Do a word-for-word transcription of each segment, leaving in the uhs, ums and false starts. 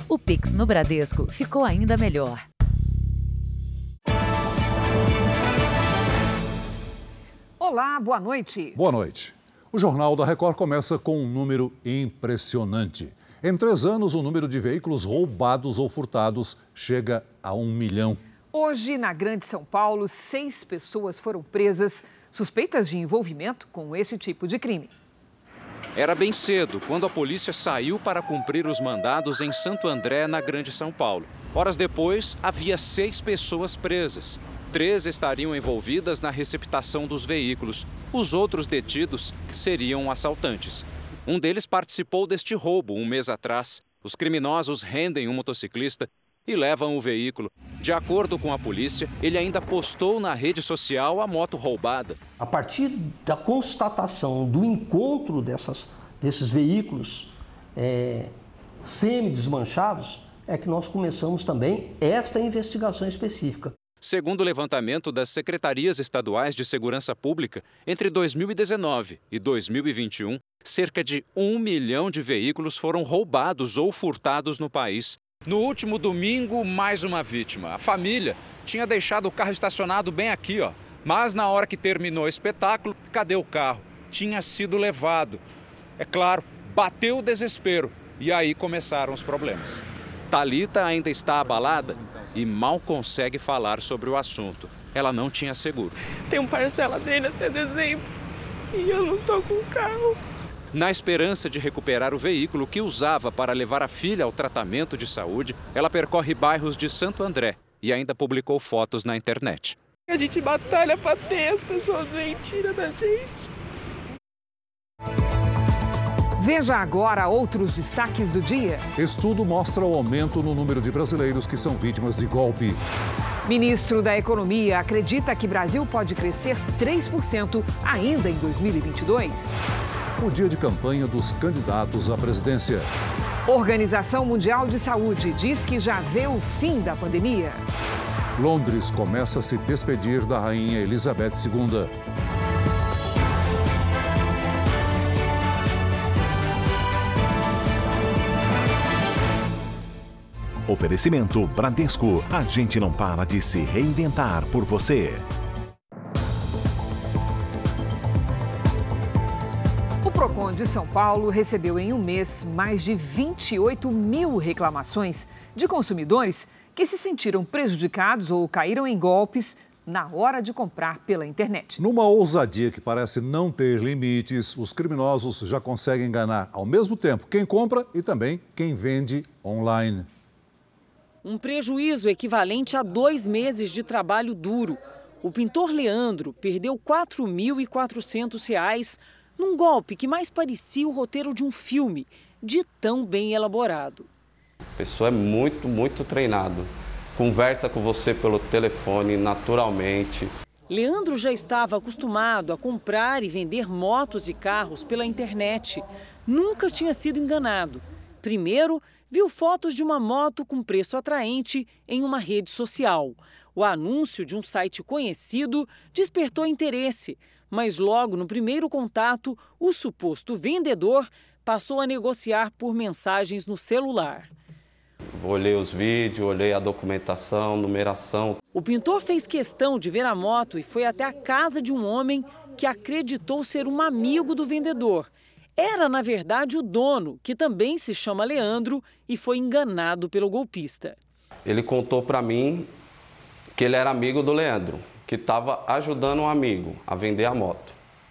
O Pix no Bradesco ficou ainda melhor. Olá, boa noite. Boa noite. O Jornal da Record começa com um número impressionante. Em três anos, o número de veículos roubados ou furtados chega a um milhão. Hoje, na Grande São Paulo, seis pessoas foram presas suspeitas de envolvimento com esse tipo de crime. Era bem cedo, quando a polícia saiu para cumprir os mandados em Santo André, na Grande São Paulo. Horas depois, havia seis pessoas presas. Três estariam envolvidas na receptação dos veículos. Os outros detidos seriam assaltantes. Um deles participou deste roubo um mês atrás. Os criminosos rendem um motociclista e levam o veículo. De acordo com a polícia, ele ainda postou na rede social a moto roubada. A partir da constatação do encontro dessas, desses veículos é, semi-desmanchados, é que nós começamos também esta investigação específica. Segundo o levantamento das Secretarias Estaduais de Segurança Pública, entre dois mil e dezenove e dois mil e vinte e um, cerca de um milhão de veículos foram roubados ou furtados no país. No último domingo, mais uma vítima. A família tinha deixado o carro estacionado bem aqui, ó. Mas na hora que terminou o espetáculo, cadê o carro? Tinha sido levado. É claro, bateu o desespero e aí começaram os problemas. Thalita ainda está abalada e mal consegue falar sobre o assunto. Ela não tinha seguro. Tem uma parcela dele até dezembro e eu não tô com o carro. Na esperança de recuperar o veículo que usava para levar a filha ao tratamento de saúde, ela percorre bairros de Santo André e ainda publicou fotos na internet. A gente batalha para ter, as pessoas vêm e tiram da gente. Veja agora outros destaques do dia. Estudo mostra o aumento no número de brasileiros que são vítimas de golpe. Ministro da Economia acredita que Brasil pode crescer três por cento ainda em dois mil e vinte e dois. O dia de campanha dos candidatos à presidência. Organização Mundial de Saúde diz que já vê o fim da pandemia. Londres começa a se despedir da rainha Elizabeth segunda. Oferecimento Bradesco. A gente não para de se reinventar por você. O Procon de São Paulo recebeu em um mês mais de vinte e oito mil reclamações de consumidores que se sentiram prejudicados ou caíram em golpes na hora de comprar pela internet. Numa ousadia que parece não ter limites, os criminosos já conseguem enganar ao mesmo tempo quem compra e também quem vende online. Um prejuízo equivalente a dois meses de trabalho duro. O pintor Leandro perdeu quatro mil e quatrocentos reais num golpe que mais parecia o roteiro de um filme, de tão bem elaborado. A pessoa é muito, muito treinado. Conversa com você pelo telefone naturalmente. Leandro já estava acostumado a comprar e vender motos e carros pela internet. Nunca tinha sido enganado. Primeiro, viu fotos de uma moto com preço atraente em uma rede social. O anúncio de um site conhecido despertou interesse, mas logo no primeiro contato, o suposto vendedor passou a negociar por mensagens no celular. Olhei os vídeos, olhei a documentação, numeração. O pintor fez questão de ver a moto e foi até a casa de um homem que acreditou ser um amigo do vendedor. Era, na verdade, o dono, que também se chama Leandro, e foi enganado pelo golpista. Ele contou para mim que ele era amigo do Leandro, que estava ajudando um amigo a vender a moto.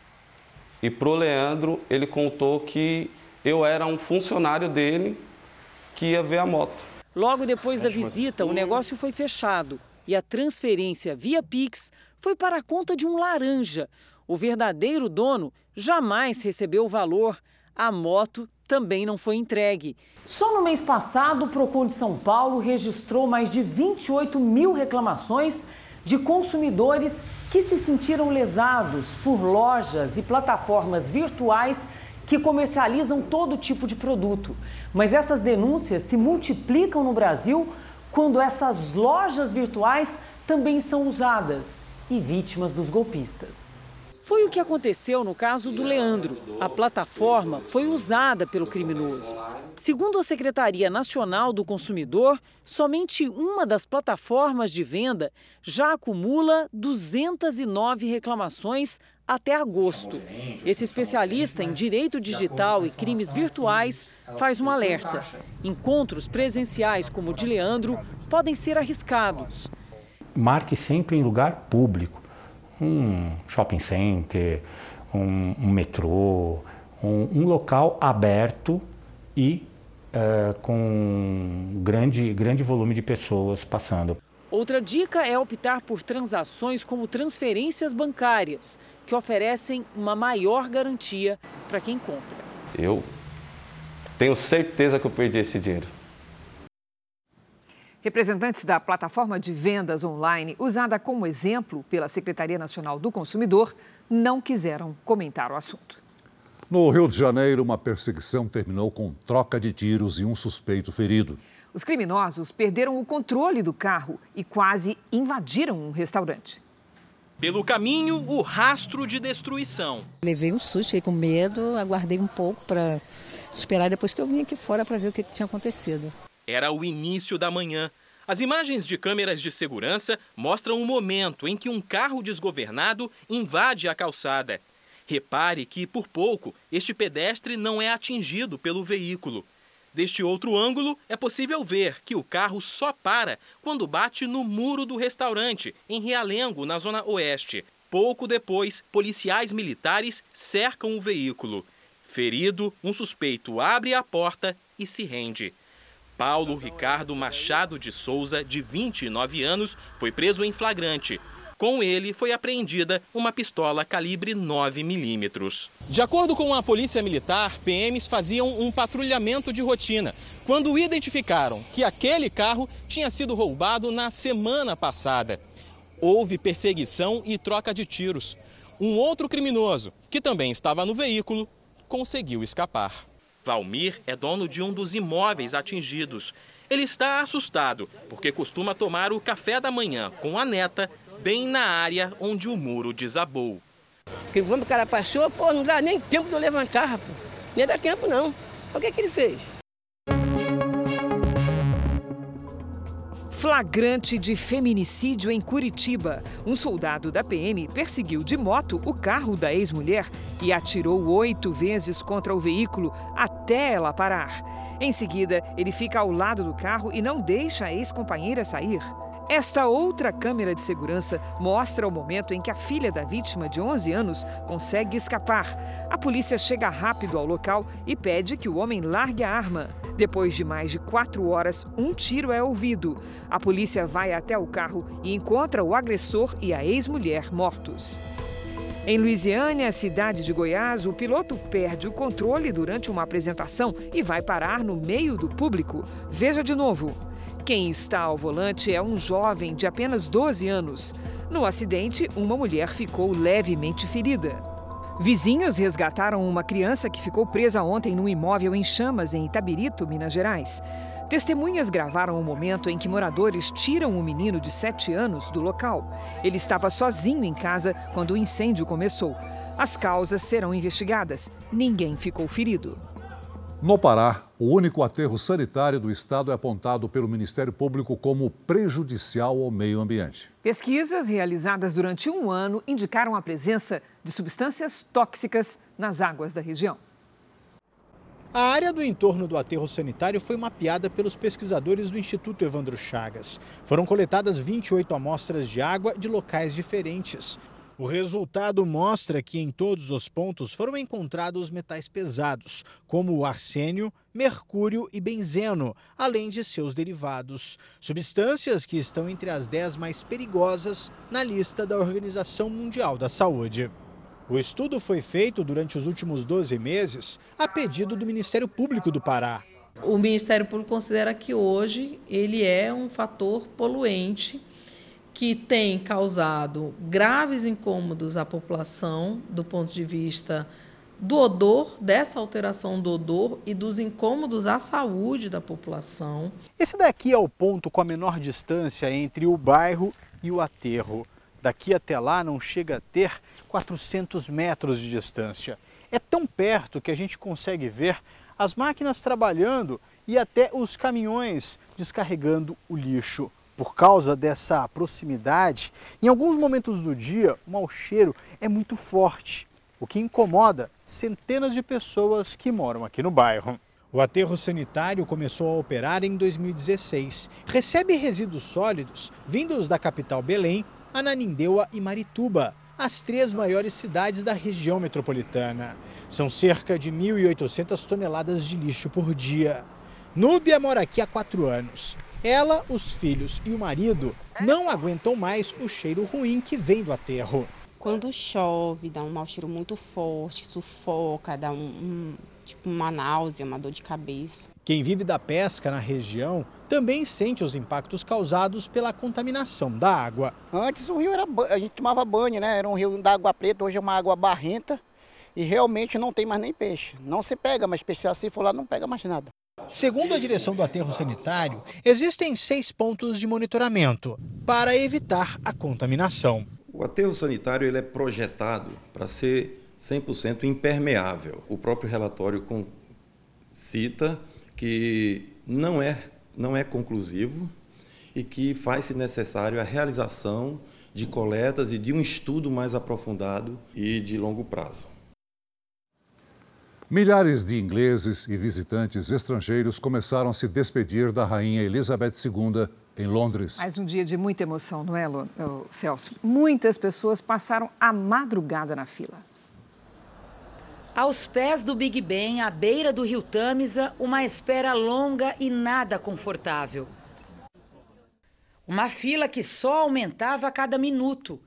E para o Leandro, ele contou que eu era um funcionário dele que ia ver a moto. Logo depois da visita, o negócio foi fechado e a transferência via Pix foi para a conta de um laranja. O verdadeiro dono jamais recebeu o valor. A moto também não foi entregue. Só no mês passado, o Procon de São Paulo registrou mais de vinte e oito mil reclamações de consumidores que se sentiram lesados por lojas e plataformas virtuais que comercializam todo tipo de produto. Mas essas denúncias se multiplicam no Brasil quando essas lojas virtuais também são usadas e vítimas dos golpistas. Foi o que aconteceu no caso do Leandro. A plataforma foi usada pelo criminoso. Segundo a Secretaria Nacional do Consumidor, somente uma das plataformas de venda já acumula duzentas e nove reclamações até agosto. Esse especialista em direito digital e crimes virtuais faz um alerta. Encontros presenciais como o de Leandro podem ser arriscados. Marque sempre em lugar público. Um shopping center, um, um metrô, um, um local aberto e uh, com grande, grande volume de pessoas passando. Outra dica é optar por transações como transferências bancárias, que oferecem uma maior garantia para quem compra. Eu tenho certeza que eu perdi esse dinheiro. Representantes da plataforma de vendas online, usada como exemplo pela Secretaria Nacional do Consumidor, não quiseram comentar o assunto. No Rio de Janeiro, uma perseguição terminou com troca de tiros e um suspeito ferido. Os criminosos perderam o controle do carro e quase invadiram um restaurante. Pelo caminho, o rastro de destruição. Levei um susto, fiquei com medo, aguardei um pouco para esperar depois que eu vim aqui fora para ver o que tinha acontecido. Era o início da manhã. As imagens de câmeras de segurança mostram o momento em que um carro desgovernado invade a calçada. Repare que, por pouco, este pedestre não é atingido pelo veículo. Deste outro ângulo, é possível ver que o carro só para quando bate no muro do restaurante, em Realengo, na zona oeste. Pouco depois, policiais militares cercam o veículo. Ferido, um suspeito abre a porta e se rende. Paulo Ricardo Machado de Souza, de vinte e nove anos, foi preso em flagrante. Com ele foi apreendida uma pistola calibre nove milímetros. De acordo com a Polícia Militar, P Ms faziam um patrulhamento de rotina quando identificaram que aquele carro tinha sido roubado na semana passada. Houve perseguição e troca de tiros. Um outro criminoso, que também estava no veículo, conseguiu escapar. Valmir é dono de um dos imóveis atingidos. Ele está assustado porque costuma tomar o café da manhã com a neta bem na área onde o muro desabou. Porque quando o cara passou, pô, não dá nem tempo de eu levantar, rapaz. Nem dá tempo, não. O que é que ele fez? Flagrante de feminicídio em Curitiba. Um soldado da P M perseguiu de moto o carro da ex-mulher e atirou oito vezes contra o veículo até ela parar. Em seguida, ele fica ao lado do carro e não deixa a ex-companheira sair. Esta outra câmera de segurança mostra o momento em que a filha da vítima, de onze anos, consegue escapar. A polícia chega rápido ao local e pede que o homem largue a arma. Depois de mais de quatro horas, um tiro é ouvido. A polícia vai até o carro e encontra o agressor e a ex-mulher mortos. Em Luisiânia, cidade de Goiás, o piloto perde o controle durante uma apresentação e vai parar no meio do público. Veja de novo. Quem está ao volante é um jovem de apenas doze anos. No acidente, uma mulher ficou levemente ferida. Vizinhos resgataram uma criança que ficou presa ontem num imóvel em chamas em Itabirito, Minas Gerais. Testemunhas gravaram o momento em que moradores tiram o menino de sete anos do local. Ele estava sozinho em casa quando o incêndio começou. As causas serão investigadas. Ninguém ficou ferido. No Pará, o único aterro sanitário do estado é apontado pelo Ministério Público como prejudicial ao meio ambiente. Pesquisas realizadas durante um ano indicaram a presença de substâncias tóxicas nas águas da região. A área do entorno do aterro sanitário foi mapeada pelos pesquisadores do Instituto Evandro Chagas. Foram coletadas vinte e oito amostras de água de locais diferentes. O resultado mostra que em todos os pontos foram encontrados metais pesados, como o arsênio, mercúrio e benzeno, além de seus derivados. Substâncias que estão entre as dez mais perigosas na lista da Organização Mundial da Saúde. O estudo foi feito durante os últimos doze meses a pedido do Ministério Público do Pará. O Ministério Público considera que hoje ele é um fator poluente que tem causado graves incômodos à população do ponto de vista do odor, dessa alteração do odor e dos incômodos à saúde da população. Esse daqui é o ponto com a menor distância entre o bairro e o aterro. Daqui até lá não chega a ter quatrocentos metros de distância. É tão perto que a gente consegue ver as máquinas trabalhando e até os caminhões descarregando o lixo. Por causa dessa proximidade, em alguns momentos do dia, o mau cheiro é muito forte, o que incomoda centenas de pessoas que moram aqui no bairro. O aterro sanitário começou a operar em dois mil e dezesseis. Recebe resíduos sólidos vindos da capital Belém, Ananindeua e Marituba, as três maiores cidades da região metropolitana. São cerca de mil e oitocentas toneladas de lixo por dia. Núbia mora aqui há quatro anos. Ela, os filhos e o marido não aguentam mais o cheiro ruim que vem do aterro. Quando chove, dá um mau cheiro muito forte, sufoca, dá um, um, tipo uma náusea, uma dor de cabeça. Quem vive da pesca na região também sente os impactos causados pela contaminação da água. Antes o rio era, a gente tomava banho, né? Era um rio da água preta, hoje é uma água barrenta e realmente não tem mais nem peixe. Não se pega, mas peixe assim for lá não pega mais nada. Segundo a direção do aterro sanitário, existem seis pontos de monitoramento para evitar a contaminação. O aterro sanitário ele é projetado para ser cem por cento impermeável. O próprio relatório cita que não é, não é conclusivo e que faz-se necessário a realização de coletas e de um estudo mais aprofundado e de longo prazo. Milhares de ingleses e visitantes estrangeiros começaram a se despedir da rainha Elizabeth segunda em Londres. Mais um dia de muita emoção, não é, Celso? Muitas pessoas passaram a madrugada na fila. Aos pés do Big Ben, à beira do rio Tâmisa, uma espera longa e nada confortável. Uma fila que só aumentava a cada minuto.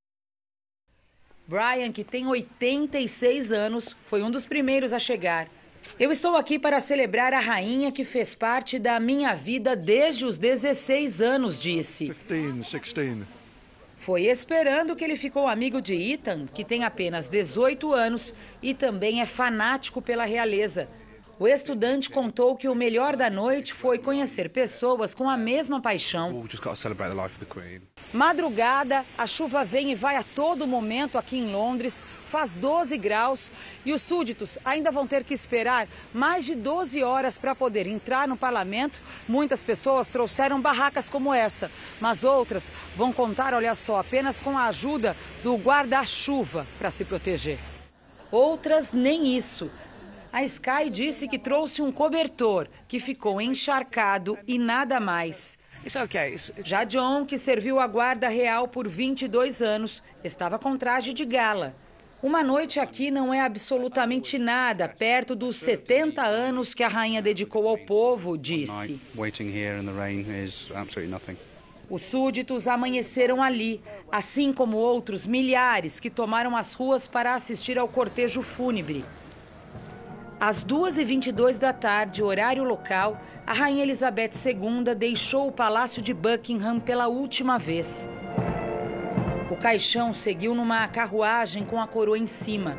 Brian, que tem oitenta e seis anos, foi um dos primeiros a chegar. Eu estou aqui para celebrar a rainha que fez parte da minha vida desde os dezesseis anos, disse. quinze, dezesseis. Foi esperando que ele ficou amigo de Ethan, que tem apenas dezoito anos e também é fanático pela realeza. O estudante contou que o melhor da noite foi conhecer pessoas com a mesma paixão. Madrugada, a chuva vem e vai a todo momento aqui em Londres, faz doze graus e os súditos ainda vão ter que esperar mais de doze horas para poder entrar no parlamento. Muitas pessoas trouxeram barracas como essa, mas outras vão contar, olha só, apenas com a ajuda do guarda-chuva para se proteger. Outras nem isso. A Sky disse que trouxe um cobertor que ficou encharcado e nada mais. Já John, que serviu a guarda real por vinte e dois anos, estava com traje de gala. Uma noite aqui não é absolutamente nada perto dos setenta anos que a rainha dedicou ao povo, disse. Os súditos amanheceram ali, assim como outros milhares que tomaram as ruas para assistir ao cortejo fúnebre. Às duas e vinte e dois da tarde, horário local, a rainha Elizabeth segunda deixou o Palácio de Buckingham pela última vez. O caixão seguiu numa carruagem com a coroa em cima.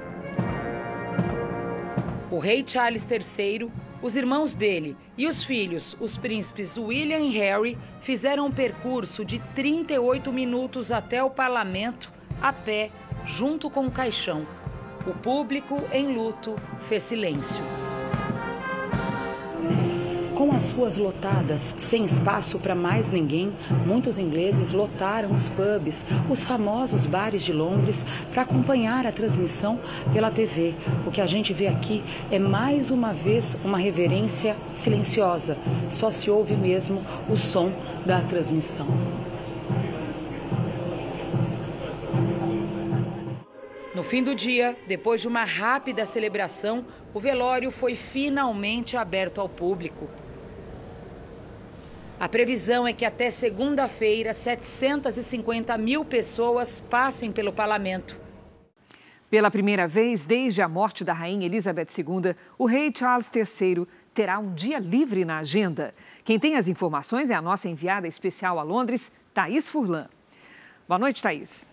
O rei Charles terceiro, os irmãos dele e os filhos, os príncipes William e Harry, fizeram um percurso de trinta e oito minutos até o parlamento, a pé, junto com o caixão. O público, em luto, fez silêncio. Com as ruas lotadas, sem espaço para mais ninguém, muitos ingleses lotaram os pubs, os famosos bares de Londres, para acompanhar a transmissão pela T V. O que a gente vê aqui é mais uma vez uma reverência silenciosa. Só se ouve mesmo o som da transmissão. No fim do dia, depois de uma rápida celebração, o velório foi finalmente aberto ao público. A previsão é que até segunda-feira, setecentas e cinquenta mil pessoas passem pelo parlamento. Pela primeira vez desde a morte da rainha Elizabeth segunda, o rei Charles terceiro terá um dia livre na agenda. Quem tem as informações é a nossa enviada especial a Londres, Thaís Furlan. Boa noite, Thaís.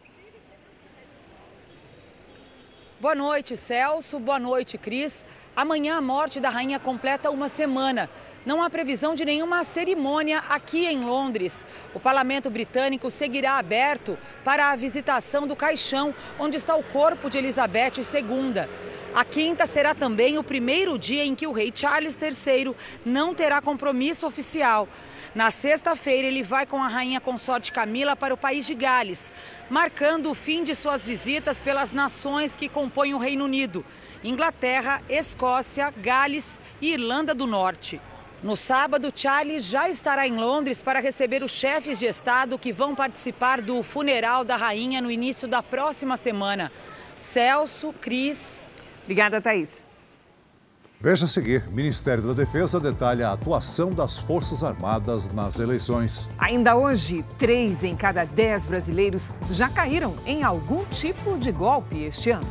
Boa noite, Celso. Boa noite, Cris. Amanhã a morte da rainha completa uma semana. não há previsão de nenhuma cerimônia aqui em Londres. O parlamento britânico seguirá aberto para a visitação do caixão, onde está o corpo de Elizabeth segunda. A quinta será também o primeiro dia em que o rei Charles terceiro não terá compromisso oficial. Na sexta-feira, ele vai com a rainha consorte Camila para o país de Gales, marcando o fim de suas visitas pelas nações que compõem o Reino Unido: Inglaterra, Escócia, Gales e Irlanda do Norte. No sábado, Charles já estará em Londres para receber os chefes de Estado que vão participar do funeral da rainha no início da próxima semana. Celso, Cris. Obrigada, Thaís. Veja a seguir, Ministério da Defesa detalha a atuação das Forças Armadas nas eleições. Ainda hoje, três em cada dez brasileiros já caíram em algum tipo de golpe este ano.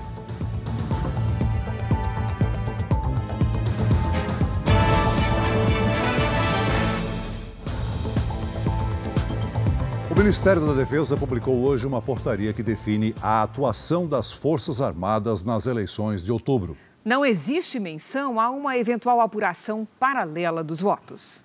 O Ministério da Defesa publicou hoje uma portaria que define a atuação das Forças Armadas nas eleições de outubro. Não existe menção a uma eventual apuração paralela dos votos.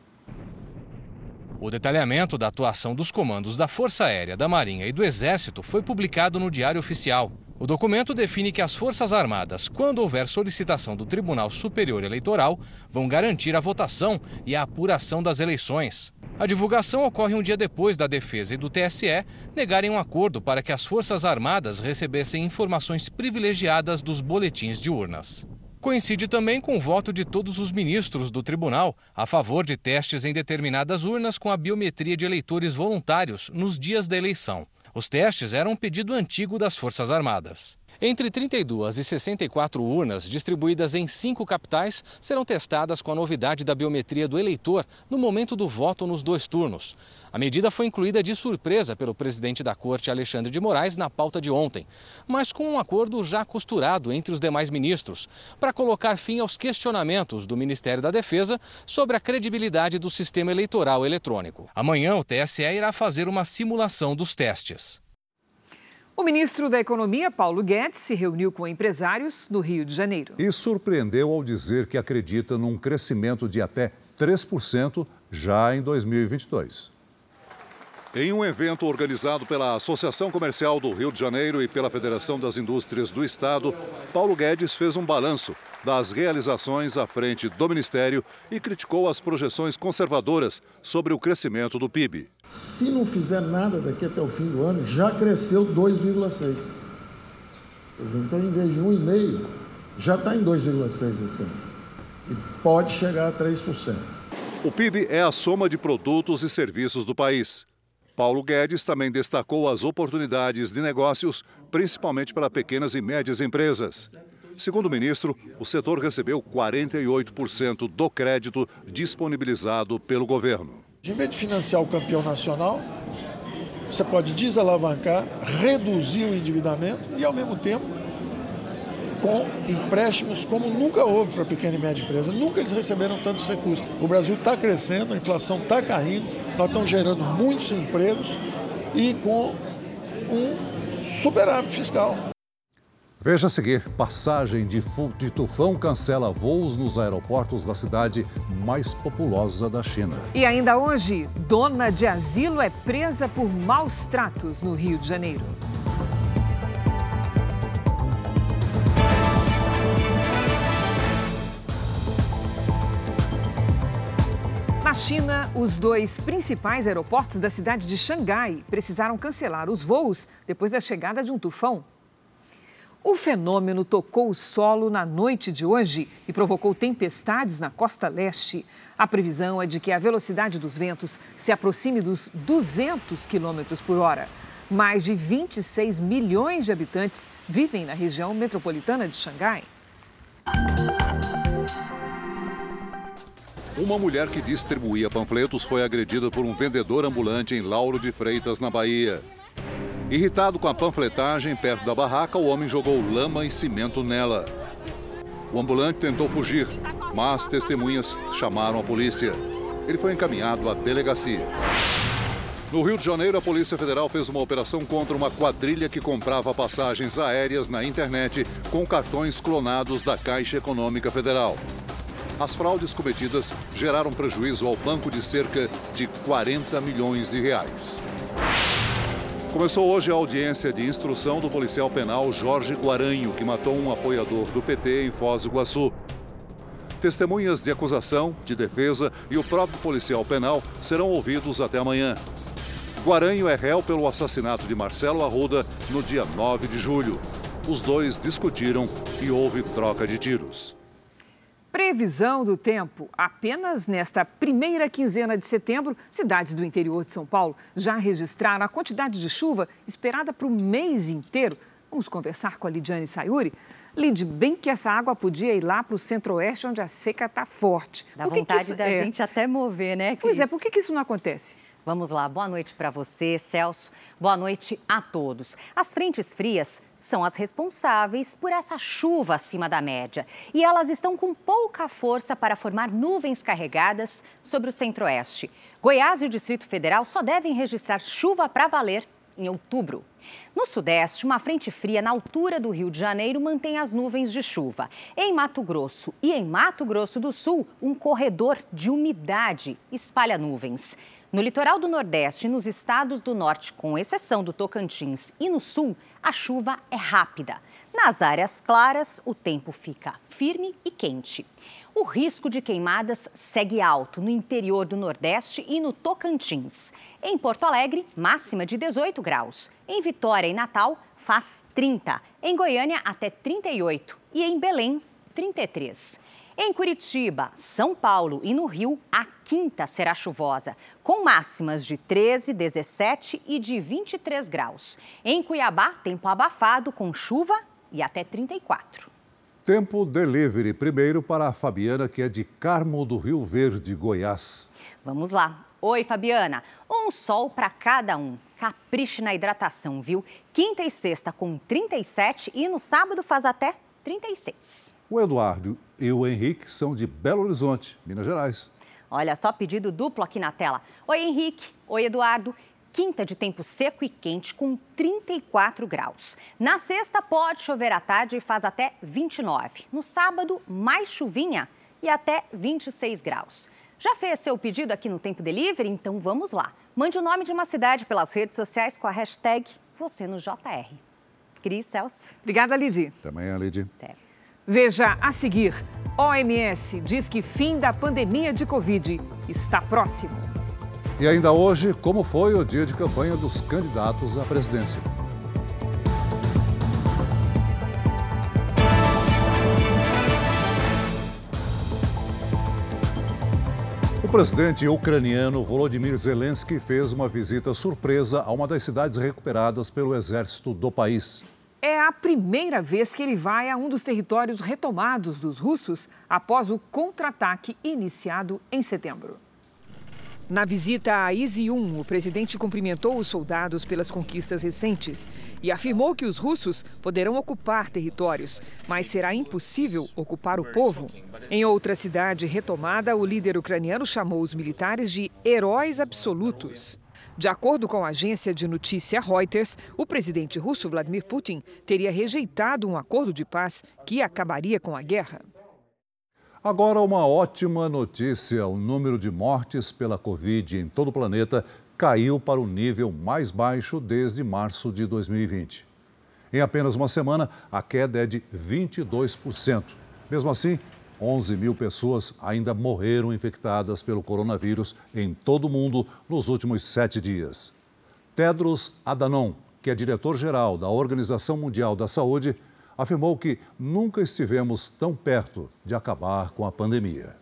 O detalhamento da atuação dos comandos da Força Aérea, da Marinha e do Exército foi publicado no Diário Oficial. O documento define que as Forças Armadas, quando houver solicitação do Tribunal Superior Eleitoral, vão garantir a votação e a apuração das eleições. A divulgação ocorre um dia depois da Defesa e do T S E negarem um acordo para que as Forças Armadas recebessem informações privilegiadas dos boletins de urnas. Coincide também com o voto de todos os ministros do tribunal a favor de testes em determinadas urnas com a biometria de eleitores voluntários nos dias da eleição. Os testes eram um pedido antigo das Forças Armadas. Entre trinta e duas e sessenta e quatro urnas, distribuídas em cinco capitais, serão testadas com a novidade da biometria do eleitor no momento do voto nos dois turnos. A medida foi incluída de surpresa pelo presidente da Corte, Alexandre de Moraes, na pauta de ontem, mas com um acordo já costurado entre os demais ministros, para colocar fim aos questionamentos do Ministério da Defesa sobre a credibilidade do sistema eleitoral eletrônico. Amanhã, o T S E irá fazer uma simulação dos testes. O ministro da Economia, Paulo Guedes, se reuniu com empresários no Rio de Janeiro. E surpreendeu ao dizer que acredita num crescimento de até três por cento já em dois mil e vinte e dois. Em um evento organizado pela Associação Comercial do Rio de Janeiro e pela Federação das Indústrias do Estado, Paulo Guedes fez um balanço das realizações à frente do Ministério e criticou as projeções conservadoras sobre o crescimento do P I B. Se não fizer nada daqui até o fim do ano, já cresceu dois vírgula seis por cento. Então, em vez de um vírgula cinco por cento, já está em dois vírgula seis por cento esse ano. E pode chegar a três por cento. O P I B é a soma de produtos e serviços do país. Paulo Guedes também destacou as oportunidades de negócios, principalmente para pequenas e médias empresas. Segundo o ministro, o setor recebeu quarenta e oito por cento do crédito disponibilizado pelo governo. Em vez de financiar o campeão nacional, você pode desalavancar, reduzir o endividamento e, ao mesmo tempo, com empréstimos como nunca houve para pequena e média empresa. Nunca eles receberam tantos recursos. O Brasil está crescendo, a inflação está caindo, nós estamos gerando muitos empregos e com um superávit fiscal. Veja a seguir, passagem de, de tufão cancela voos nos aeroportos da cidade mais populosa da China. E ainda hoje, dona de asilo é presa por maus tratos no Rio de Janeiro. Na China, os dois principais aeroportos da cidade de Xangai precisaram cancelar os voos depois da chegada de um tufão. O fenômeno tocou o solo na noite de hoje e provocou tempestades na costa leste. A previsão é de que a velocidade dos ventos se aproxime dos duzentos quilômetros por hora. Mais de vinte e seis milhões de habitantes vivem na região metropolitana de Xangai. Uma mulher que distribuía panfletos foi agredida por um vendedor ambulante em Lauro de Freitas, na Bahia. Irritado com a panfletagem perto da barraca, o homem jogou lama e cimento nela. O ambulante tentou fugir, mas testemunhas chamaram a polícia. Ele foi encaminhado à delegacia. No Rio de Janeiro, a Polícia Federal fez uma operação contra uma quadrilha que comprava passagens aéreas na internet com cartões clonados da Caixa Econômica Federal. As fraudes cometidas geraram prejuízo ao banco de cerca de quarenta milhões de reais. Começou hoje a audiência de instrução do policial penal Jorge Guaranho, que matou um apoiador do P T em Foz do Iguaçu. Testemunhas de acusação, de defesa e o próprio policial penal serão ouvidos até amanhã. Guaranho é réu pelo assassinato de Marcelo Arruda no dia nove de julho. Os dois discutiram e houve troca de tiros. Previsão do tempo. Apenas nesta primeira quinzena de setembro, cidades do interior de São Paulo já registraram a quantidade de chuva esperada para o mês inteiro. Vamos conversar com a Lidiane Sayuri. Lid, bem que essa água podia ir lá para o centro-oeste, onde a seca está forte. Dá vontade isso... da é... gente até mover, né, Cris? Pois é, por que, que isso não acontece? Vamos lá, boa noite para você, Celso. Boa noite a todos. As frentes frias são as responsáveis por essa chuva acima da média. E elas estão com pouca força para formar nuvens carregadas sobre o centro-oeste. Goiás e o Distrito Federal só devem registrar chuva para valer em outubro. No sudeste, uma frente fria na altura do Rio de Janeiro mantém as nuvens de chuva. Em Mato Grosso e em Mato Grosso do Sul, um corredor de umidade espalha nuvens. No litoral do Nordeste e nos estados do Norte, com exceção do Tocantins e no Sul, a chuva é rápida. Nas áreas claras, o tempo fica firme e quente. O risco de queimadas segue alto no interior do Nordeste e no Tocantins. Em Porto Alegre, máxima de dezoito graus. Em Vitória e Natal, faz trinta. Em Goiânia, até trinta e oito. E em Belém, trinta e três. Em Curitiba, São Paulo e no Rio, a quinta será chuvosa, com máximas de treze, dezessete e de vinte e três graus. Em Cuiabá, tempo abafado com chuva e até trinta e quatro. Tempo delivery, primeiro para a Fabiana, que é de Carmo do Rio Verde, Goiás. Vamos lá. Oi, Fabiana. Um sol para cada um. Capriche na hidratação, viu? Quinta e sexta com trinta e sete e no sábado faz até trinta e seis. O Eduardo e o Henrique são de Belo Horizonte, Minas Gerais. Olha só, pedido duplo aqui na tela. Oi, Henrique. Oi, Eduardo. Quinta de tempo seco e quente com trinta e quatro graus. Na sexta pode chover à tarde e faz até vinte e nove. No sábado, mais chuvinha e até vinte e seis graus. Já fez seu pedido aqui no Tempo Delivery? Então vamos lá. Mande o nome de uma cidade pelas redes sociais com a hashtag você no J R. Cris, Celso. Obrigada, Lidy. Até amanhã, Lidy. Até. Veja a seguir, O M S diz que fim da pandemia de Covid está próximo. E ainda hoje, como foi o dia de campanha dos candidatos à presidência. O presidente ucraniano Volodymyr Zelensky fez uma visita surpresa a uma das cidades recuperadas pelo exército do país. É a primeira vez que ele vai a um dos territórios retomados dos russos após o contra-ataque iniciado em setembro. Na visita a Izium, o presidente cumprimentou os soldados pelas conquistas recentes e afirmou que os russos poderão ocupar territórios, mas será impossível ocupar o povo. Em outra cidade retomada, o líder ucraniano chamou os militares de heróis absolutos. De acordo com a agência de notícia Reuters, o presidente russo Vladimir Putin teria rejeitado um acordo de paz que acabaria com a guerra. Agora, uma ótima notícia: o número de mortes pela Covid em todo o planeta caiu para o nível mais baixo desde março de dois mil e vinte. Em apenas uma semana, a queda é de vinte e dois por cento. Mesmo assim, onze mil pessoas ainda morreram infectadas pelo coronavírus em todo o mundo nos últimos sete dias. Tedros Adhanom, que é diretor-geral da Organização Mundial da Saúde, afirmou que nunca estivemos tão perto de acabar com a pandemia.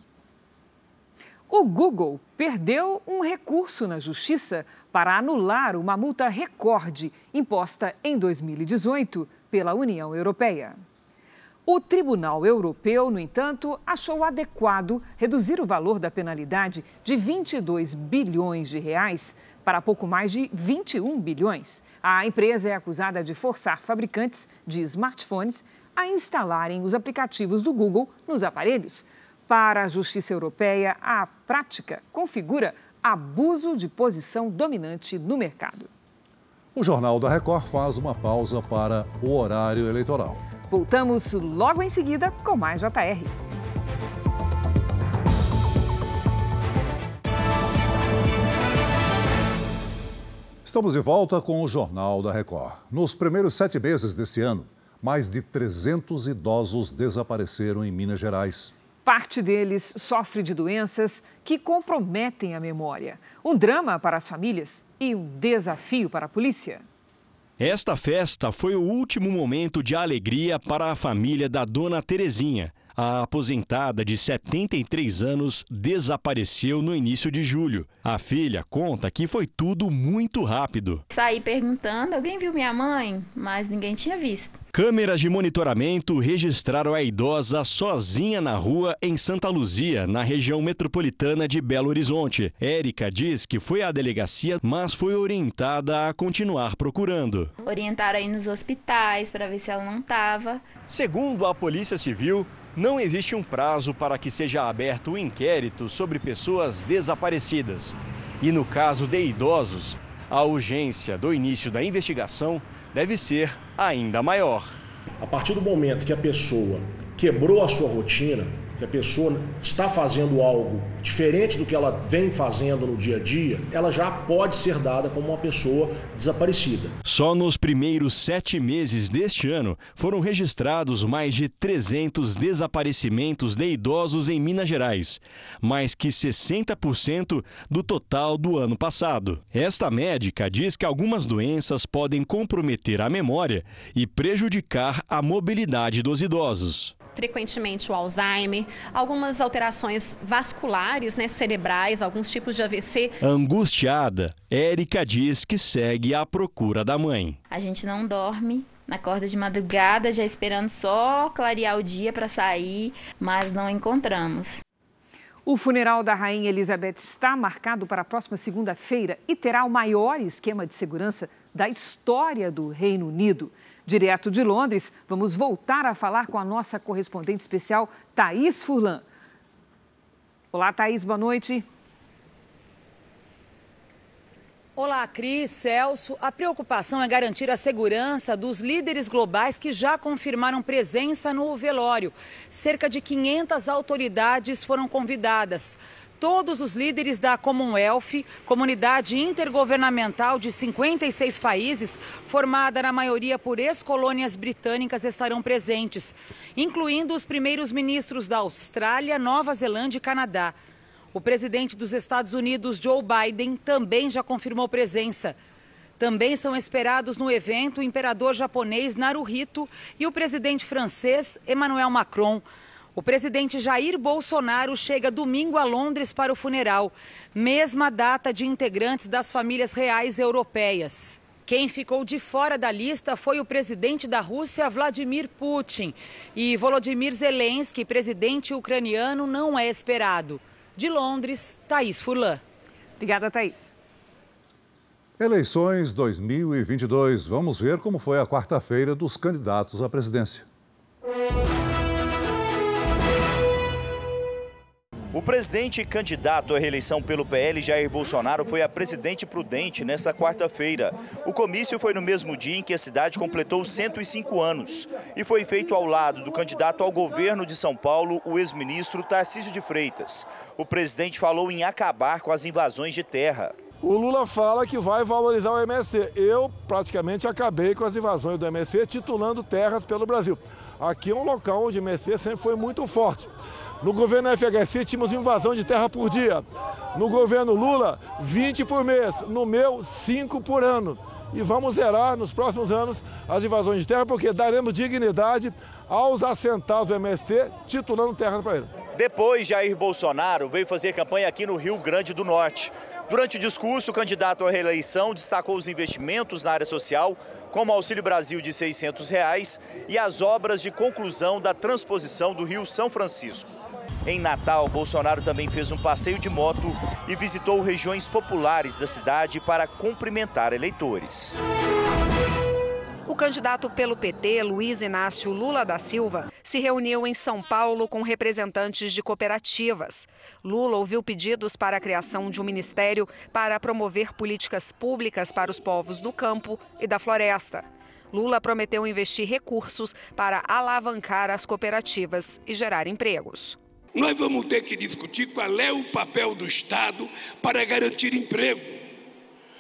O Google perdeu um recurso na Justiça para anular uma multa recorde imposta em dois mil e dezoito pela União Europeia. O Tribunal Europeu, no entanto, achou adequado reduzir o valor da penalidade de vinte e dois bilhões de reais para pouco mais de vinte e um bilhões. A empresa é acusada de forçar fabricantes de smartphones a instalarem os aplicativos do Google nos aparelhos. Para a Justiça Europeia, a prática configura abuso de posição dominante no mercado. O Jornal da Record faz uma pausa para o horário eleitoral. Voltamos logo em seguida com mais J R. Estamos de volta com o Jornal da Record. Nos primeiros sete meses desse ano, mais de trezentos idosos desapareceram em Minas Gerais. Parte deles sofre de doenças que comprometem a memória. Um drama para as famílias e um desafio para a polícia. Esta festa foi o último momento de alegria para a família da dona Terezinha. A aposentada de setenta e três anos desapareceu no início de julho. A filha conta que foi tudo muito rápido. Saí perguntando, alguém viu minha mãe? Mas ninguém tinha visto. Câmeras de monitoramento registraram a idosa sozinha na rua em Santa Luzia, na região metropolitana de Belo Horizonte. Érica diz que foi à delegacia, mas foi orientada a continuar procurando. Orientaram aí nos hospitais para ver se ela não estava. Segundo a Polícia Civil, não existe um prazo para que seja aberto o inquérito sobre pessoas desaparecidas. E no caso de idosos, a urgência do início da investigação deve ser ainda maior. A partir do momento que a pessoa quebrou a sua rotina, que a pessoa está fazendo algo diferente do que ela vem fazendo no dia a dia, ela já pode ser dada como uma pessoa desaparecida. Só nos primeiros sete meses deste ano foram registrados mais de trezentos desaparecimentos de idosos em Minas Gerais, mais que sessenta por cento do total do ano passado. Esta médica diz que algumas doenças podem comprometer a memória e prejudicar a mobilidade dos idosos. Frequentemente o Alzheimer, algumas alterações vasculares, né, cerebrais, alguns tipos de A V C. Angustiada, Érica diz que segue à procura da mãe. A gente não dorme, acorda de madrugada, já esperando só clarear o dia para sair, mas não encontramos. O funeral da Rainha Elizabeth está marcado para a próxima segunda-feira e terá o maior esquema de segurança da história do Reino Unido. Direto de Londres, vamos voltar a falar com a nossa correspondente especial, Thaís Furlan. Olá, Thaís, boa noite. Olá, Cris, Celso. A preocupação é garantir a segurança dos líderes globais que já confirmaram presença no velório. Cerca de quinhentas autoridades foram convidadas. Todos os líderes da Commonwealth, comunidade intergovernamental de cinquenta e seis países, formada na maioria por ex-colônias britânicas, estarão presentes, incluindo os primeiros ministros da Austrália, Nova Zelândia e Canadá. O presidente dos Estados Unidos, Joe Biden, também já confirmou presença. Também são esperados no evento o imperador japonês Naruhito e o presidente francês Emmanuel Macron. O presidente Jair Bolsonaro chega domingo a Londres para o funeral, mesma data de integrantes das famílias reais europeias. Quem ficou de fora da lista foi o presidente da Rússia, Vladimir Putin. E Volodymyr Zelensky, presidente ucraniano, não é esperado. De Londres, Thaís Furlan. Obrigada, Thaís. Eleições dois mil e vinte e dois. Vamos ver como foi a quarta-feira dos candidatos à presidência. O presidente candidato à reeleição pelo P L, Jair Bolsonaro, foi a Presidente Prudente nesta quarta-feira. O comício foi no mesmo dia em que a cidade completou cento e cinco anos e foi feito ao lado do candidato ao governo de São Paulo, o ex-ministro Tarcísio de Freitas. O presidente falou em acabar com as invasões de terra. O Lula fala que vai valorizar o M S T. Eu praticamente acabei com as invasões do M S T, titulando terras pelo Brasil. Aqui é um local onde o M S T sempre foi muito forte. No governo F H C tínhamos invasão de terra por dia. No governo Lula, vinte por mês. No meu, cinco por ano. E vamos zerar nos próximos anos as invasões de terra, porque daremos dignidade aos assentados do M S T, titulando terra para ele. Depois, Jair Bolsonaro veio fazer campanha aqui no Rio Grande do Norte. Durante o discurso, o candidato à reeleição destacou os investimentos na área social, como o Auxílio Brasil de seiscentos reais e as obras de conclusão da transposição do Rio São Francisco. Em Natal, Bolsonaro também fez um passeio de moto e visitou regiões populares da cidade para cumprimentar eleitores. O candidato pelo P T, Luiz Inácio Lula da Silva, se reuniu em São Paulo com representantes de cooperativas. Lula ouviu pedidos para a criação de um ministério para promover políticas públicas para os povos do campo e da floresta. Lula prometeu investir recursos para alavancar as cooperativas e gerar empregos. Nós vamos ter que discutir qual é o papel do Estado para garantir emprego.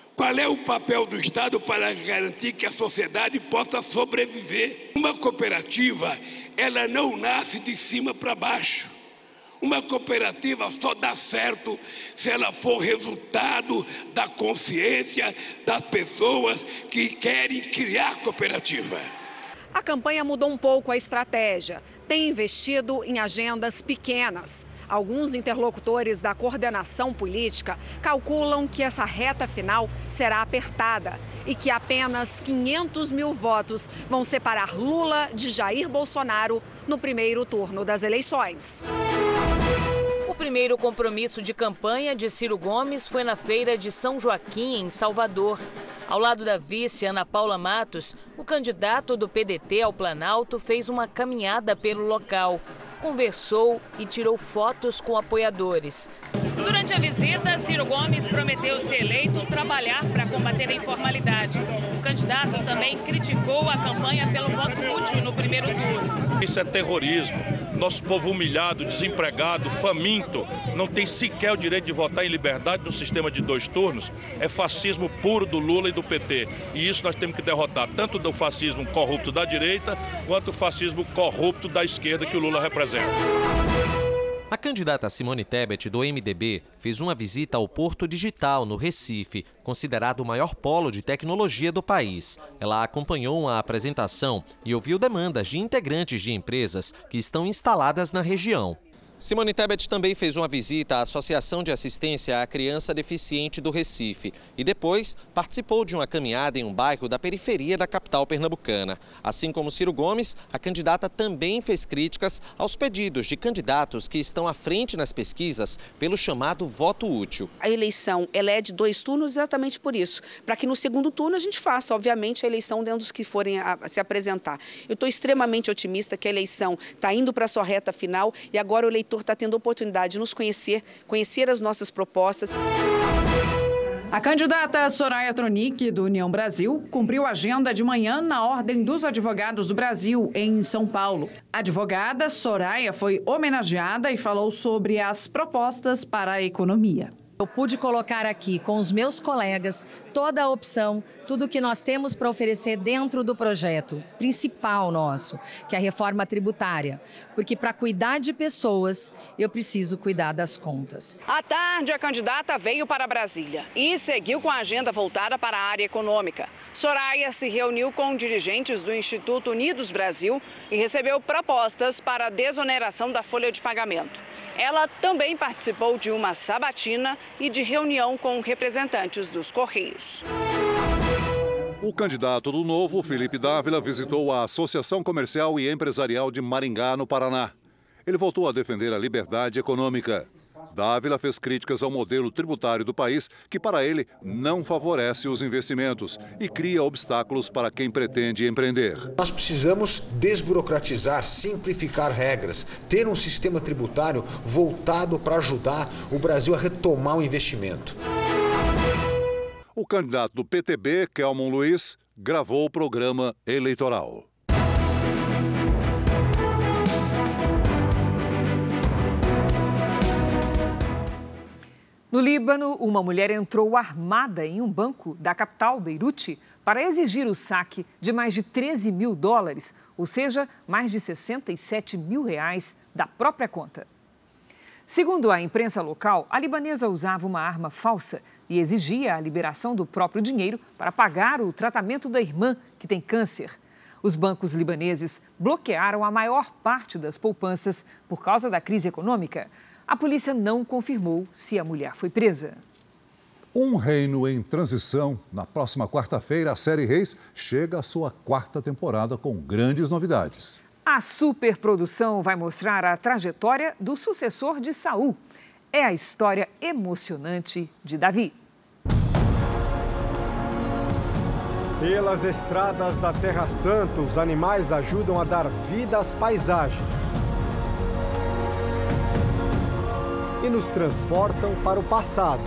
Qual é o papel do Estado para garantir que a sociedade possa sobreviver? Uma cooperativa, ela não nasce de cima para baixo. Uma cooperativa só dá certo se ela for resultado da consciência das pessoas que querem criar cooperativa. A campanha mudou um pouco a estratégia. Tem investido em agendas pequenas. Alguns interlocutores da coordenação política calculam que essa reta final será apertada e que apenas quinhentos mil votos vão separar Lula de Jair Bolsonaro no primeiro turno das eleições. O primeiro compromisso de campanha de Ciro Gomes foi na Feira de São Joaquim, em Salvador. Ao lado da vice Ana Paula Matos, o candidato do P D T ao Planalto fez uma caminhada pelo local. Conversou e tirou fotos com apoiadores. Durante a visita, Ciro Gomes prometeu, se eleito, trabalhar para combater a informalidade. O candidato também criticou a campanha pelo voto útil no primeiro turno. Isso é terrorismo. Nosso povo humilhado, desempregado, faminto, não tem sequer o direito de votar em liberdade no sistema de dois turnos. É fascismo puro do Lula e do P T. E isso nós temos que derrotar, tanto do fascismo corrupto da direita, quanto o fascismo corrupto da esquerda que o Lula representa. A candidata Simone Tebet, do M D B, fez uma visita ao Porto Digital, no Recife, considerado o maior polo de tecnologia do país. Ela acompanhou a apresentação e ouviu demandas de integrantes de empresas que estão instaladas na região. Simone Tebet também fez uma visita à Associação de Assistência à Criança Deficiente do Recife e depois participou de uma caminhada em um bairro da periferia da capital pernambucana. Assim como Ciro Gomes, a candidata também fez críticas aos pedidos de candidatos que estão à frente nas pesquisas pelo chamado voto útil. A eleição ela é de dois turnos exatamente por isso, para que no segundo turno a gente faça, obviamente, a eleição dentro dos que forem a, a se apresentar. Eu estou extremamente otimista que a eleição está indo para a sua reta final e agora o eleitor está tendo a oportunidade de nos conhecer, conhecer as nossas propostas. A candidata Soraya Tronic, do União Brasil, cumpriu a agenda de manhã na Ordem dos Advogados do Brasil, em São Paulo. A advogada Soraya foi homenageada e falou sobre as propostas para a economia. Eu pude colocar aqui com os meus colegas toda a opção, tudo que nós temos para oferecer dentro do projeto principal nosso, que é a reforma tributária. Porque para cuidar de pessoas, eu preciso cuidar das contas. À tarde, a candidata veio para Brasília e seguiu com a agenda voltada para a área econômica. Soraya se reuniu com dirigentes do Instituto Unidos Brasil e recebeu propostas para a desoneração da folha de pagamento. Ela também participou de uma sabatina e de reunião com representantes dos Correios. O candidato do Novo, Felipe Dávila, visitou a Associação Comercial e Empresarial de Maringá, no Paraná. Ele voltou a defender a liberdade econômica. Dávila fez críticas ao modelo tributário do país, que para ele não favorece os investimentos e cria obstáculos para quem pretende empreender. Nós precisamos desburocratizar, simplificar regras, ter um sistema tributário voltado para ajudar o Brasil a retomar o investimento. O candidato do P T B, Kelmon Luiz, gravou o programa eleitoral. No Líbano, uma mulher entrou armada em um banco da capital, Beirute, para exigir o saque de mais de treze mil dólares, ou seja, mais de sessenta e sete mil reais da própria conta. Segundo a imprensa local, a libanesa usava uma arma falsa e exigia a liberação do próprio dinheiro para pagar o tratamento da irmã, que tem câncer. Os bancos libaneses bloquearam a maior parte das poupanças por causa da crise econômica. A polícia não confirmou se a mulher foi presa. Um reino em transição. Na próxima quarta-feira, a série Reis chega à sua quarta temporada com grandes novidades. A superprodução vai mostrar a trajetória do sucessor de Saul. É a história emocionante de Davi. Pelas estradas da Terra Santa, os animais ajudam a dar vida às paisagens e nos transportam para o passado.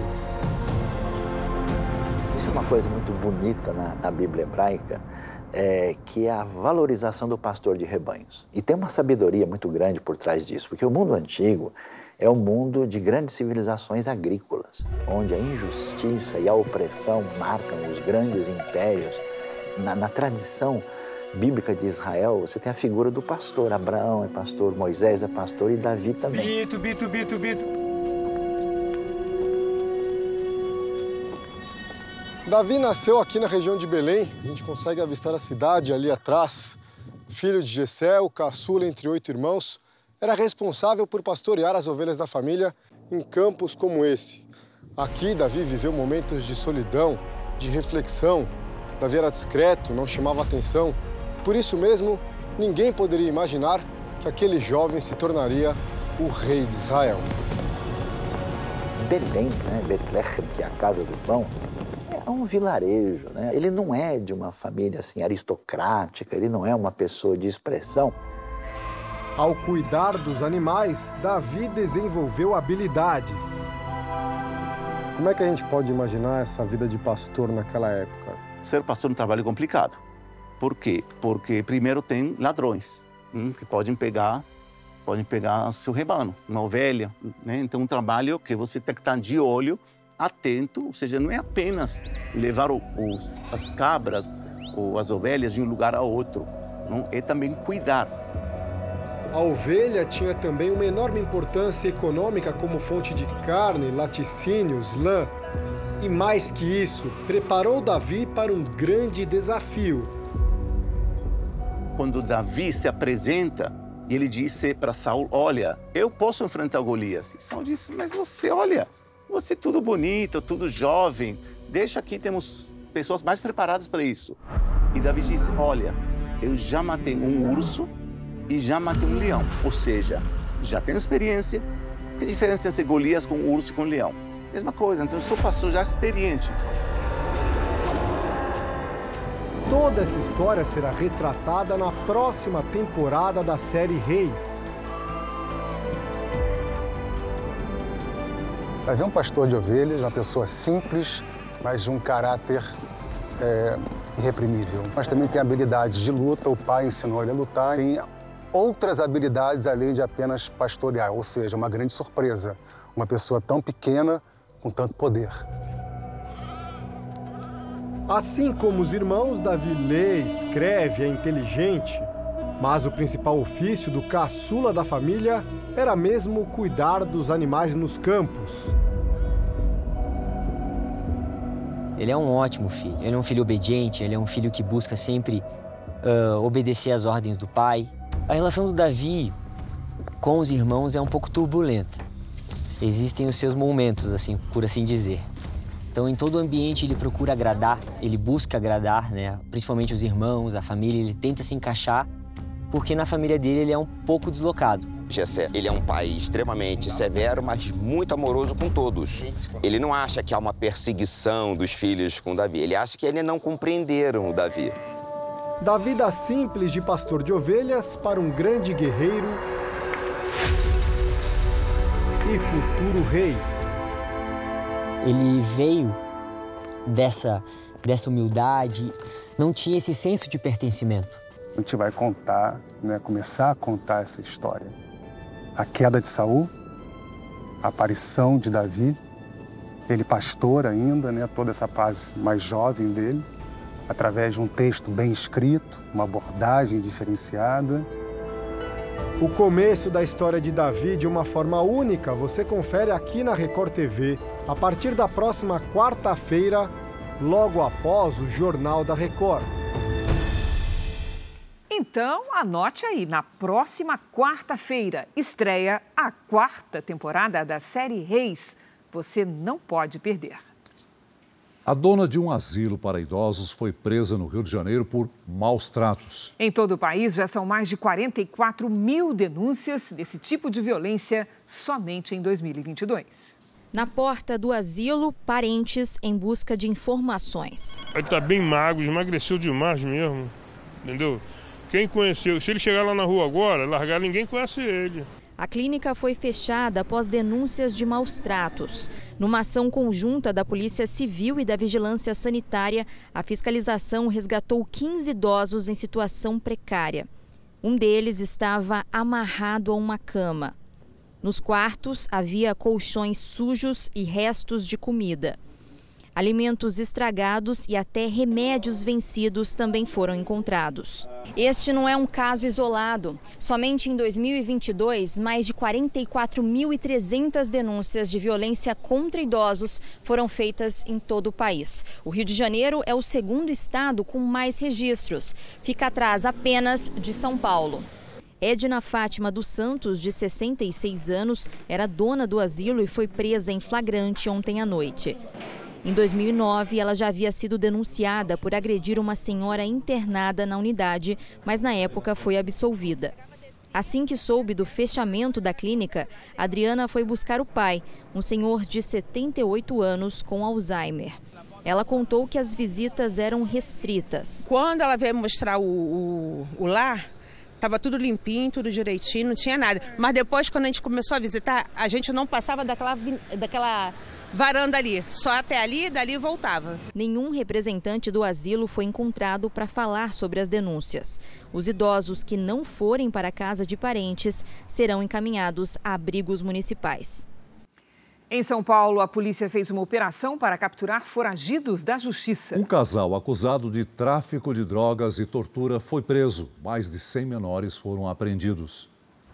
Isso é uma coisa muito bonita na, na Bíblia hebraica, é, que é a valorização do pastor de rebanhos. E tem uma sabedoria muito grande por trás disso, porque o mundo antigo é o mundo de grandes civilizações agrícolas, onde a injustiça e a opressão marcam os grandes impérios. Na, na tradição bíblica de Israel, você tem a figura do pastor. Abraão é pastor, Moisés é pastor e Davi também. Bito, Bito, Bito, Bito. Davi nasceu aqui na região de Belém. A gente consegue avistar a cidade ali atrás. Filho de Jessé, o caçula entre oito irmãos, era responsável por pastorear as ovelhas da família em campos como esse. Aqui, Davi viveu momentos de solidão, de reflexão. Davi era discreto, não chamava atenção. Por isso mesmo, ninguém poderia imaginar que aquele jovem se tornaria o rei de Israel. Belém, né? Betlehem, que é a casa do pão, é um vilarejo, né? Ele não é de uma família assim aristocrática, ele não é uma pessoa de expressão. Ao cuidar dos animais, Davi desenvolveu habilidades. Como é que a gente pode imaginar essa vida de pastor naquela época? Ser pastor é um trabalho complicado. Por quê? Porque primeiro tem ladrões, hum, que podem pegar, podem pegar seu rebanho, uma ovelha, né? Então um trabalho que você tem que estar de olho, atento, ou seja, não é apenas levar o, os, as cabras ou as ovelhas de um lugar a outro, não? É também cuidar. A ovelha tinha também uma enorme importância econômica como fonte de carne, laticínios, lã. E mais que isso, preparou Davi para um grande desafio. Quando Davi se apresenta, ele disse para Saul, olha, eu posso enfrentar Golias. E Saul disse, mas você, olha, você é tudo bonito, tudo jovem, deixa aqui, temos pessoas mais preparadas para isso. E Davi disse, olha, eu já matei um urso e já matei um leão. Ou seja, já tenho experiência. Que diferença é ser Golias com um urso e com um leão? Mesma coisa, então eu sou pastor já experiente. Toda essa história será retratada na próxima temporada da série Reis. Davi é um pastor de ovelhas, uma pessoa simples, mas de um caráter é, irreprimível. Mas também tem habilidades de luta, o pai ensinou ele a lutar. Tem outras habilidades além de apenas pastorear, ou seja, uma grande surpresa. Uma pessoa tão pequena com tanto poder. Assim como os irmãos, Davi lê, escreve, é inteligente. Mas o principal ofício do caçula da família era mesmo cuidar dos animais nos campos. Ele é um ótimo filho. Ele é um filho obediente, ele é um filho que busca sempre uh, obedecer às ordens do pai. A relação do Davi com os irmãos é um pouco turbulenta. Existem os seus momentos, assim, por assim dizer. Então, em todo o ambiente, ele procura agradar, ele busca agradar, né? Principalmente os irmãos, a família, ele tenta se encaixar, porque na família dele ele é um pouco deslocado. Jessé, ele é um pai extremamente severo, mas muito amoroso com todos. Ele não acha que há uma perseguição dos filhos com Davi, ele acha que eles não compreenderam o Davi. Da vida simples de pastor de ovelhas para um grande guerreiro e futuro rei. Ele veio dessa, dessa humildade, não tinha esse senso de pertencimento. A gente vai contar, né, começar a contar essa história. A queda de Saul, a aparição de Davi, ele pastor ainda, né, toda essa fase mais jovem dele, através de um texto bem escrito, uma abordagem diferenciada. O começo da história de Davi de uma forma única você confere aqui na Record T V, a partir da próxima quarta-feira, logo após o Jornal da Record. Então, anote aí, na próxima quarta-feira estreia a quarta temporada da série Reis. Você não pode perder. A dona de um asilo para idosos foi presa no Rio de Janeiro por maus tratos. Em todo o país, já são mais de quarenta e quatro mil denúncias desse tipo de violência somente em dois mil e vinte e dois. Na porta do asilo, parentes em busca de informações. Ele está bem magro, emagreceu demais mesmo, entendeu? Quem conheceu, se ele chegar lá na rua agora, largar, ninguém conhece ele. A clínica foi fechada após denúncias de maus tratos. Numa ação conjunta da Polícia Civil e da Vigilância Sanitária, a fiscalização resgatou quinze idosos em situação precária. Um deles estava amarrado a uma cama. Nos quartos havia colchões sujos e restos de comida. Alimentos estragados e até remédios vencidos também foram encontrados. Este não é um caso isolado. Somente em dois mil e vinte e dois, mais de quarenta e quatro mil e trezentas denúncias de violência contra idosos foram feitas em todo o país. O Rio de Janeiro é o segundo estado com mais registros. Fica atrás apenas de São Paulo. Edna Fátima dos Santos, de sessenta e seis anos, era dona do asilo e foi presa em flagrante ontem à noite. Em dois mil e nove, ela já havia sido denunciada por agredir uma senhora internada na unidade, mas na época foi absolvida. Assim que soube do fechamento da clínica, Adriana foi buscar o pai, um senhor de setenta e oito anos com Alzheimer. Ela contou que as visitas eram restritas. Quando ela veio mostrar o, o, o lar, estava tudo limpinho, tudo direitinho, não tinha nada. Mas depois, quando a gente começou a visitar, a gente não passava daquela... daquela varanda ali, só até ali, dali voltava. Nenhum representante do asilo foi encontrado para falar sobre as denúncias. Os idosos que não forem para a casa de parentes serão encaminhados a abrigos municipais. Em São Paulo, a polícia fez uma operação para capturar foragidos da justiça. Um casal acusado de tráfico de drogas e tortura foi preso. Mais de cem menores foram apreendidos.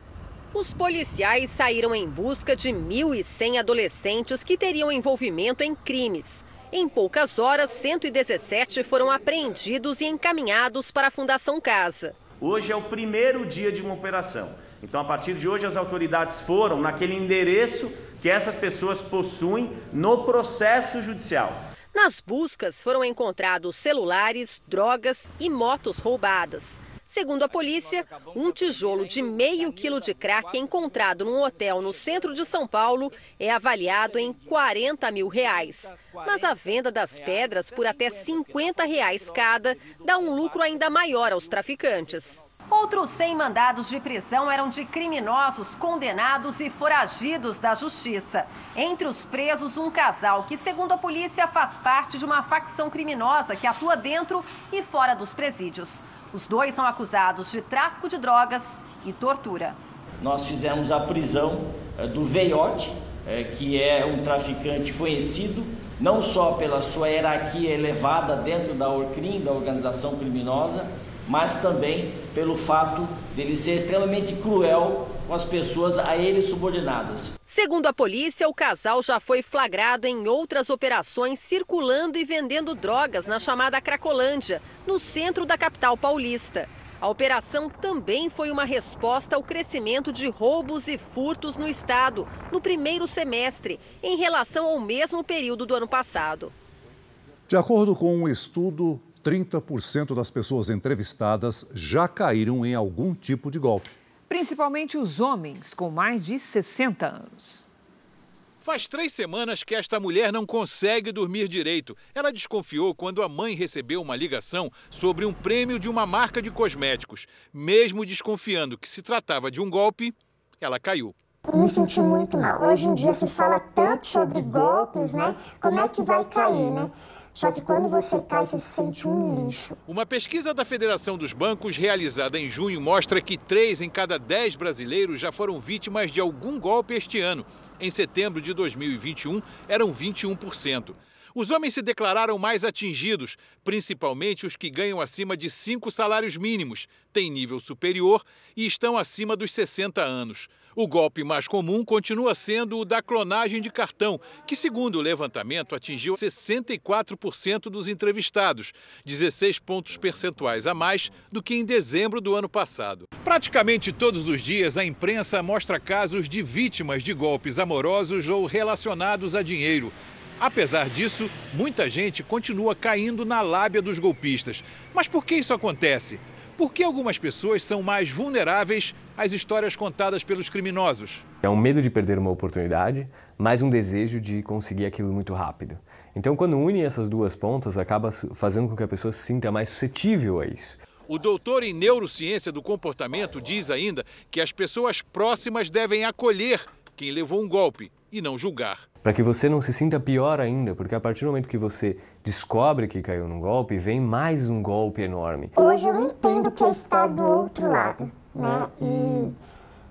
Os policiais saíram em busca de mil e cem adolescentes que teriam envolvimento em crimes. Em poucas horas, cento e dezessete foram apreendidos e encaminhados para a Fundação Casa. Hoje é o primeiro dia de uma operação. Então, a partir de hoje, as autoridades foram naquele endereço que essas pessoas possuem no processo judicial. Nas buscas, foram encontrados celulares, drogas e motos roubadas. Segundo a polícia, um tijolo de meio quilo de crack encontrado num hotel no centro de São Paulo é avaliado em quarenta mil reais. Mas a venda das pedras por até cinquenta reais cada dá um lucro ainda maior aos traficantes. Outros cem mandados de prisão eram de criminosos condenados e foragidos da justiça. Entre os presos, um casal que, segundo a polícia, faz parte de uma facção criminosa que atua dentro e fora dos presídios. Os dois são acusados de tráfico de drogas e tortura. Nós fizemos a prisão é, do Veiote, é, que é um traficante conhecido, não só pela sua hierarquia elevada dentro da ORCRIM, da organização criminosa, mas também pelo fato dele ser extremamente cruel com as pessoas a ele subordinadas. Segundo a polícia, o casal já foi flagrado em outras operações circulando e vendendo drogas na chamada Cracolândia, no centro da capital paulista. A operação também foi uma resposta ao crescimento de roubos e furtos no estado no primeiro semestre, em relação ao mesmo período do ano passado. De acordo com um estudo, trinta por cento das pessoas entrevistadas já caíram em algum tipo de golpe. Principalmente os homens com mais de sessenta anos. Faz três semanas que esta mulher não consegue dormir direito. Ela desconfiou quando a mãe recebeu uma ligação sobre um prêmio de uma marca de cosméticos. Mesmo desconfiando que se tratava de um golpe, ela caiu. Eu me senti muito mal. Hoje em dia se fala tanto sobre golpes, né? Como é que vai cair, né? Só que quando você cai, você se sente um lixo. Uma pesquisa da Federação dos Bancos, realizada em junho, mostra que três em cada dez brasileiros já foram vítimas de algum golpe este ano. Em setembro de dois mil e vinte e um, eram vinte e um por cento. Os homens se declararam mais atingidos, principalmente os que ganham acima de cinco salários mínimos, têm nível superior e estão acima dos sessenta anos. O golpe mais comum continua sendo o da clonagem de cartão, que, segundo o levantamento, atingiu sessenta e quatro por cento dos entrevistados, dezesseis pontos percentuais a mais do que em dezembro do ano passado. Praticamente todos os dias, a imprensa mostra casos de vítimas de golpes amorosos ou relacionados a dinheiro. Apesar disso, muita gente continua caindo na lábia dos golpistas. Mas por que isso acontece? Por que algumas pessoas são mais vulneráveis às histórias contadas pelos criminosos? É um medo de perder uma oportunidade, mas um desejo de conseguir aquilo muito rápido. Então, quando une essas duas pontas, acaba fazendo com que a pessoa se sinta mais suscetível a isso. O doutor em neurociência do comportamento diz ainda que as pessoas próximas devem acolher quem levou um golpe e não julgar. Para que você não se sinta pior ainda, porque a partir do momento que você descobre que caiu num golpe, vem mais um golpe enorme. Hoje eu entendo que é estar do outro lado, né? E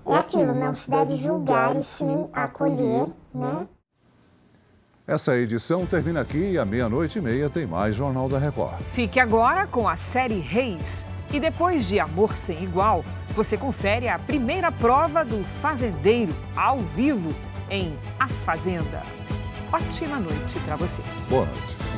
é aquilo, não se deve julgar e sim acolher, né? Essa edição termina aqui e à meia-noite e meia tem mais Jornal da Record. Fique agora com a série Reis. E depois de Amor Sem Igual, você confere a primeira prova do fazendeiro ao vivo em A Fazenda. Ótima noite para você. Boa noite.